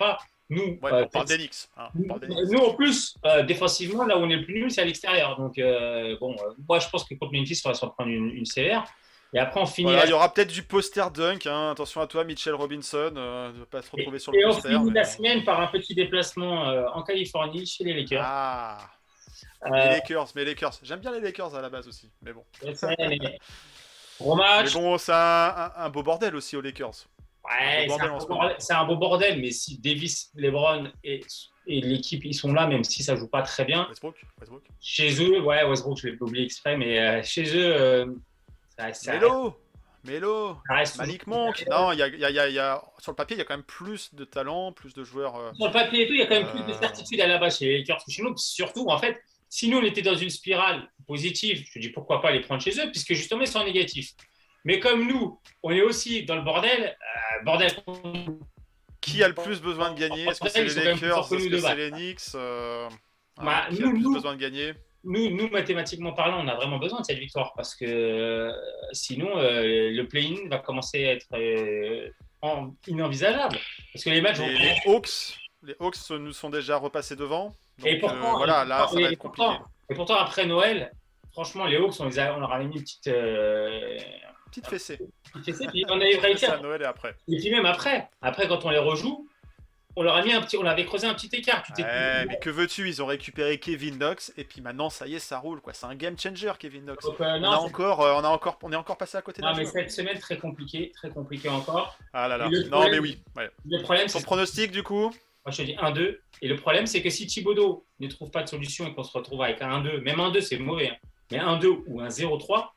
Nous, Ouais, on parle des Knicks. Hein, on parle des Knicks. nous, en plus, défensivement, là où on est le plus nul, c'est à l'extérieur. Donc, moi, je pense que contre Memphis, on va se reprendre une sévère. Et après, on finit. Voilà, il y aura peut-être du poster dunk. Hein. Attention à toi, Mitchell Robinson, de ne pas se retrouver sur le Et on poster. finit mais- la semaine par un petit déplacement en Californie chez les Lakers. Ah, Euh, les Lakers, mais les Lakers. J'aime bien les Lakers à la base aussi, mais bon. Gros Mais match. bon, c'est un beau bordel aussi aux Lakers. Ouais, beau bordel en ce moment. c'est un beau bordel, mais si Davis, LeBron et l'équipe ils sont là, même si ça joue pas très bien, Westbrook. chez eux, ouais, Westbrook, je l'ai oublié exprès, mais chez eux, ça Melo, reste Malik toujours- Monk. Non, il y a sur le papier, il y a quand même plus de talent, plus de joueurs. Sur le papier et tout, il y a quand même plus de certitude à la base chez les Lakers que chez nous. Puis surtout, en fait, si nous on était dans une spirale positive, je dis pourquoi pas les prendre chez eux, puisque justement ils sont en négatif. Mais comme nous, on est aussi dans le bordel, bordel. Qui a le plus besoin de gagner? Est-ce que c'est Ils les sont quand même plus Lakers? forts que nous Est-ce de que c'est base. les Knicks? Bah, Qui a le plus nous- besoin de gagner? Nous, mathématiquement parlant, on a vraiment besoin de cette victoire parce que sinon, le play-in va commencer à être inenvisageable. Parce que les matchs vont. Les Hawks nous sont déjà repassés devant. Donc Et pourtant, voilà, là, ça va être compliqué. Et pourtant, après Noël, franchement, les Hawks, on leur a mis une petite Petite fessée. fessée, puis on avait réussi C'est à. à Noël et après. Et puis même après, quand on les rejoue, on leur a mis on avait creusé un petit écart. Ouais, mais que veux-tu? Ils ont récupéré Kevin Knox et puis maintenant, ça y est, ça roule, quoi. C'est un game changer, Kevin Knox. Donc, on est encore passé à côté non, d'un mais joueur. cette semaine, très compliqué encore. Ah là là. Et le Non, problème- mais oui. Ouais. Le problème, Son c'est pronostic, du coup? moi, je te dis 1-2. Et le problème, c'est que si Thibodeau ne trouve pas de solution et qu'on se retrouve avec un 1-2, même un 2, c'est mauvais. Hein. Mais un 2 ou un 0-3,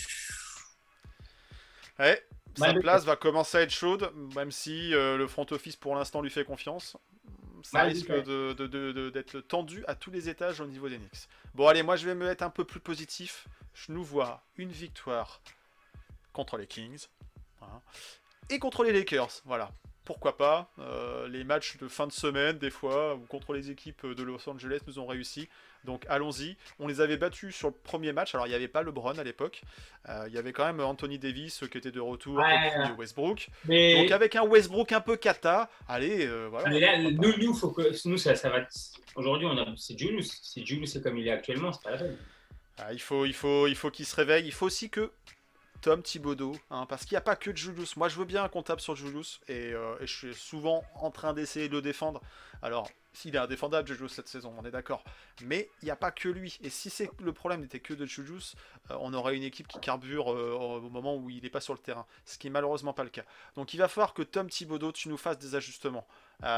Ouais. Sa Mal- place va commencer à être chaude, même si le front office pour l'instant lui fait confiance. Ça Mal- risque d'être tendu à tous les étages au niveau des Knicks. Bon, allez, moi je vais me mettre un peu plus positif. Je nous vois une victoire contre les Kings hein, et contre les Lakers. Voilà. Pourquoi pas. Les matchs de fin de semaine, des fois, ou contre les équipes de Los Angeles nous ont réussi. Donc allons-y. On les avait battus sur le premier match. Alors il n'y avait pas LeBron à l'époque. Il y avait quand même Anthony Davis qui était de retour. Ouais. Et puis Westbrook. mais. Donc avec un Westbrook un peu cata, allez, voilà. Mais là, nous, faut que nous, ça va. Aujourd'hui, c'est Julius. Si Julius est comme il est actuellement, c'est pas la peine. Ah, il faut qu'il se réveille. Il faut aussi que Tom Thibodeau, hein, parce qu'il n'y a pas que Julius. Moi, je veux bien qu'on tape sur Julius, et je suis souvent en train d'essayer de le défendre. Alors, s'il est indéfendable, Julius, cette saison, on est d'accord. Mais il n'y a pas que lui. Et si le problème n'était que de Julius, on aurait une équipe qui carbure au moment où il n'est pas sur le terrain. Ce qui est malheureusement pas le cas. Donc, il va falloir que Tom Thibodeau, tu nous fasses des ajustements.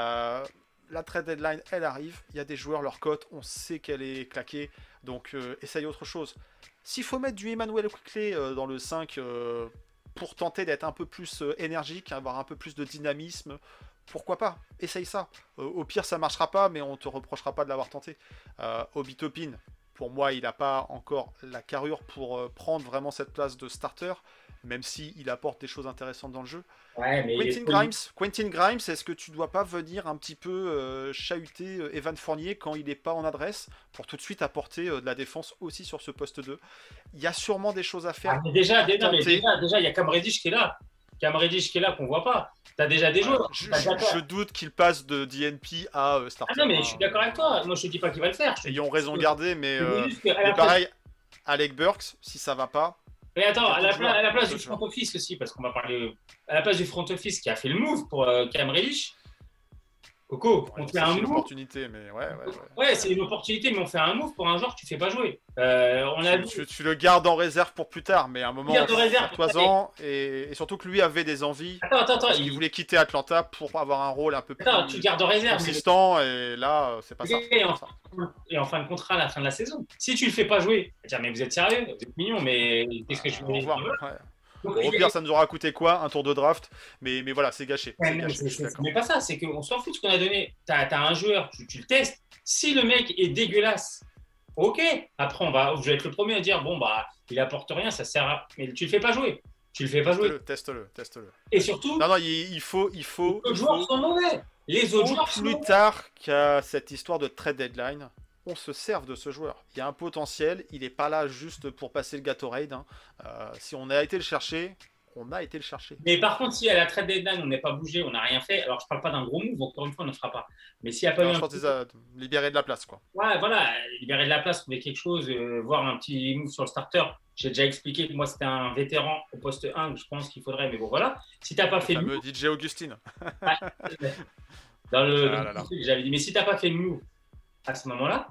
La trade deadline, elle arrive. Il y a des joueurs, leur cote, on sait qu'elle est claquée. Donc, essaye autre chose. S'il faut mettre du Emmanuel Quickley dans le 5 pour tenter d'être un peu plus énergique, avoir un peu plus de dynamisme, pourquoi pas? Essaye ça. Au pire, ça marchera pas, mais on te reprochera pas de l'avoir tenté. Obi Toppin, pour moi, il n'a pas encore la carrure pour prendre vraiment cette place de starter, même s'il apporte des choses intéressantes dans le jeu. Ouais, mais Quentin Grimes, est-ce que tu dois pas venir un petit peu chahuter Evan Fournier quand il n'est pas en adresse pour tout de suite apporter de la défense aussi sur ce poste 2? Il y a sûrement des choses à faire. mais déjà, il y a Cam Reddish qui est là. Cam Reddish qui est là qu'on voit pas. T'as déjà des joueurs. Je doute qu'il passe de DNP à starter. Ah non, mais je suis d'accord avec toi. Moi, je te dis pas qu'il va le faire. Ayons raison gardée, mais mais pareil, Alec Burks, si ça va pas. Mais attends, à la place D'autres du front office aussi, parce qu'on va parler. À la place du front office qui a fait le move pour Cam Reddish, Coco, on fait un C'est une move. opportunité, mais ouais. Ouais, c'est une opportunité, mais on fait un move pour un joueur que tu fais pas jouer. Tu le gardes en réserve pour plus tard, mais à un moment, Garde en réserve, toi-en, et surtout que lui avait des envies. Attends, Il voulait quitter Atlanta pour avoir un rôle un peu plus tu gardes en réserve. consistant, et là, c'est pas ça. Et en fin de contrat à la fin de la saison. Si tu le fais pas jouer, dire mais vous êtes sérieux, vous êtes mignon, mais qu'est-ce que je Au veux revoir. dire Ouais. Donc, Au pire, ça nous aura coûté quoi? Un tour de draft, mais voilà, c'est gâché. Ouais, C'est mais gâché, je suis d'accord. mais pas ça, c'est qu'on s'en fout de ce qu'on a donné. T'as un joueur, tu le testes. Si le mec est dégueulasse, ok. Après, je vais être le premier à dire bon, bah, il apporte rien, ça sert à. Mais tu le fais pas jouer. Tu le fais pas jouer. Teste-le. Et surtout, Non, il faut. les autres joueurs sont mauvais. Les autres joueurs sont Plus mauvais. tard qu'à cette histoire de trade deadline, on se serve de ce joueur. Il y a un potentiel, il n'est pas là juste pour passer le Gatorade. Hein. Si on a été le chercher, on a été le chercher. Mais par contre, si à la trade deadline, on n'est pas bougé, on n'a rien fait, alors je parle pas d'un gros move, encore une fois, on ne le fera pas. Mais s'il n'y a pas eu Alors, je un pense qu'ils ont libéré de la place, quoi. ouais, voilà, libérer de la place, trouver quelque chose, voir un petit move sur le starter. J'ai déjà expliqué que moi, c'était un vétéran au poste 1, je pense qu'il faudrait, mais bon, voilà. Si tu n'as pas Le fait de fameux move, DJ Augustine. dans le Ah là là. truc, j'avais dit, mais si tu n'as pas fait de move à ce moment-là,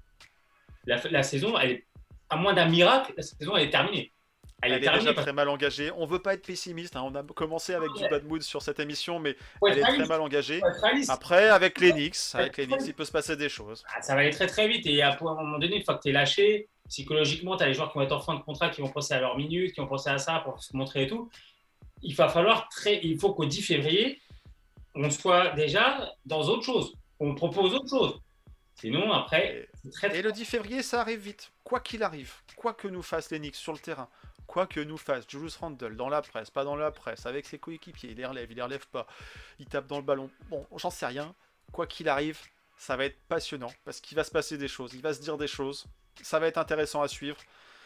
la saison, elle est, à moins d'un miracle, la saison, elle est terminée. Elle est Elle est terminée déjà parce très mal engagée. On veut pas être pessimiste, hein. On a commencé avec du bad mood sur cette émission, mais faut elle être est très réaliste, mal engagée. faut être réaliste. Après, avec les Knicks, il peut se passer des choses. Ah, ça va aller très très vite et à un moment donné, une fois que tu es lâché, psychologiquement, tu as les joueurs qui vont être en fin de contrat, qui vont penser à leurs minutes, qui vont penser à ça pour se montrer et tout. Il faut qu'au 10 février, on soit déjà dans autre chose. On propose autre chose. Sinon, après, c'est très Et le 10 février, ça arrive vite. Quoi qu'il arrive, quoi que nous fassent les Knicks sur le terrain, quoi que nous fasse Julius Randle dans la presse, pas dans la presse, avec ses coéquipiers, il les relève pas, il tape dans le ballon. Bon, j'en sais rien. Quoi qu'il arrive, ça va être passionnant parce qu'il va se passer des choses, il va se dire des choses. Ça va être intéressant à suivre.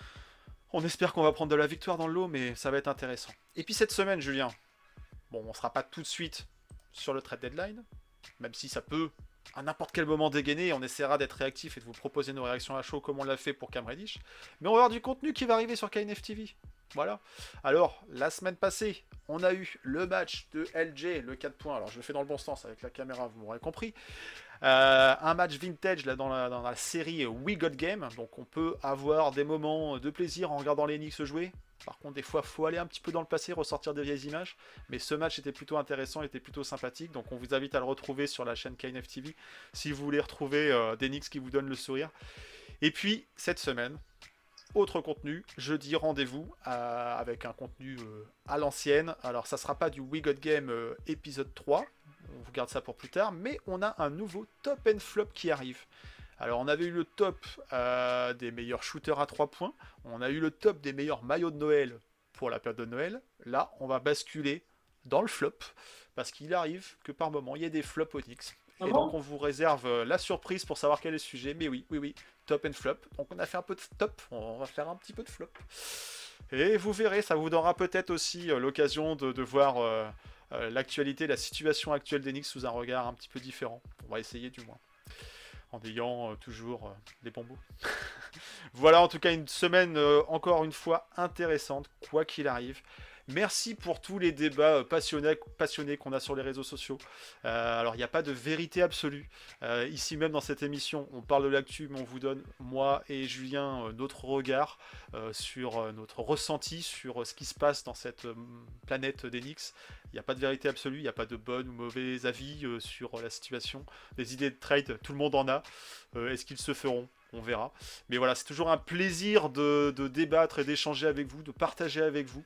On espère qu'on va prendre de la victoire dans le lot, mais ça va être intéressant. Et puis cette semaine, Julien, bon, on sera pas tout de suite sur le trade deadline, même si ça peut à n'importe quel moment dégainer, on essaiera d'être réactif et de vous proposer nos réactions à chaud comme on l'a fait pour Cam Reddish. Mais on va avoir du contenu qui va arriver sur KNF TV. Voilà. Alors, la semaine passée, on a eu le match de LJ, le 4 points. Alors, je le fais dans le bon sens avec la caméra, vous m'aurez compris. Un match vintage là, dans la série We Got Game. Donc, on peut avoir des moments de plaisir en regardant les Knicks jouer. Par contre, des fois, il faut aller un petit peu dans le passé, ressortir des vieilles images. Mais ce match était plutôt intéressant, était plutôt sympathique. Donc, on vous invite à le retrouver sur la chaîne KNF TV si vous voulez retrouver des Knicks qui vous donnent le sourire. Et puis, cette semaine, autre contenu, jeudi, rendez-vous avec un contenu à l'ancienne. Alors, ça sera pas du We Got Game épisode 3. On vous garde ça pour plus tard. Mais on a un nouveau top and flop qui arrive. Alors, on avait eu le top des meilleurs shooters à 3 points. On a eu le top des meilleurs maillots de Noël pour la période de Noël. Là, on va basculer dans le flop. Parce qu'il arrive que par moment, il y ait des flops au Knicks. Et donc, on vous réserve la surprise pour savoir quel est le sujet. Mais oui, top and flop. Donc, on a fait un peu de top. On va faire un petit peu de flop. Et vous verrez, ça vous donnera peut-être aussi l'occasion de voir l'actualité, la situation actuelle des Knicks sous un regard un petit peu différent. On va essayer du moins. En ayant toujours des bons mots. Voilà, en tout cas, une semaine encore une fois intéressante, quoi qu'il arrive. Merci pour tous les débats passionnés qu'on a sur les réseaux sociaux. Alors, il n'y a pas de vérité absolue. Ici même dans cette émission, on parle de l'actu, mais on vous donne, moi et Julien, notre regard sur notre ressenti, sur ce qui se passe dans cette planète des Knicks. Il n'y a pas de vérité absolue, il n'y a pas de bon ou mauvais avis sur la situation. Des idées de trade, tout le monde en a. Est-ce qu'ils se feront ? On verra. Mais voilà, c'est toujours un plaisir de débattre et d'échanger avec vous, de partager avec vous.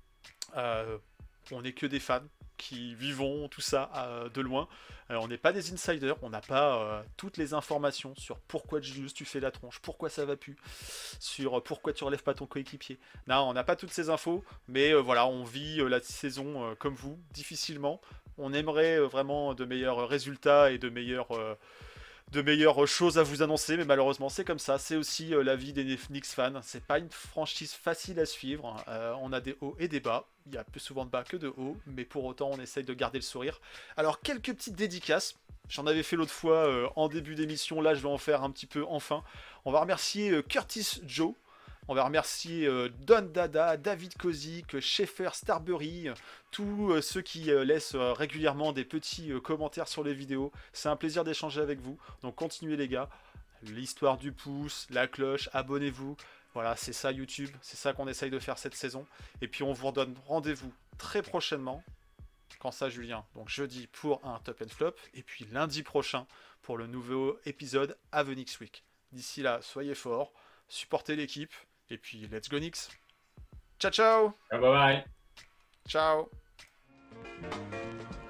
On n'est que des fans qui vivons tout ça de loin. On n'est pas des insiders, on n'a pas toutes les informations sur pourquoi Julius tu fais la tronche, pourquoi ça va plus, sur pourquoi tu relèves pas ton coéquipier. Non, on n'a pas toutes ces infos, mais voilà, on vit la saison comme vous, difficilement. On aimerait vraiment de meilleurs résultats et de meilleures choses à vous annoncer, mais malheureusement c'est comme ça, c'est aussi la vie des Knicks fans, c'est pas une franchise facile à suivre, on a des hauts et des bas, il y a plus souvent de bas que de hauts, mais pour autant on essaye de garder le sourire. Alors quelques petites dédicaces, j'en avais fait l'autre fois en début d'émission, là je vais en faire un petit peu enfin. On va remercier Curtis Joe, on va remercier Don Dada, David Kozik, Schaeffer, Starbury, tous ceux qui laissent régulièrement des petits commentaires sur les vidéos. C'est un plaisir d'échanger avec vous. Donc continuez les gars. L'histoire du pouce, la cloche, abonnez-vous. Voilà, c'est ça YouTube. C'est ça qu'on essaye de faire cette saison. Et puis on vous redonne rendez-vous très prochainement. Quand ça, Julien? Donc jeudi pour un Top and Flop. Et puis lundi prochain pour le nouveau épisode Have a Knicks Week. D'ici là, soyez forts. Supportez l'équipe. Et puis, let's go Knicks. Ciao, ciao. Bye bye. Ciao.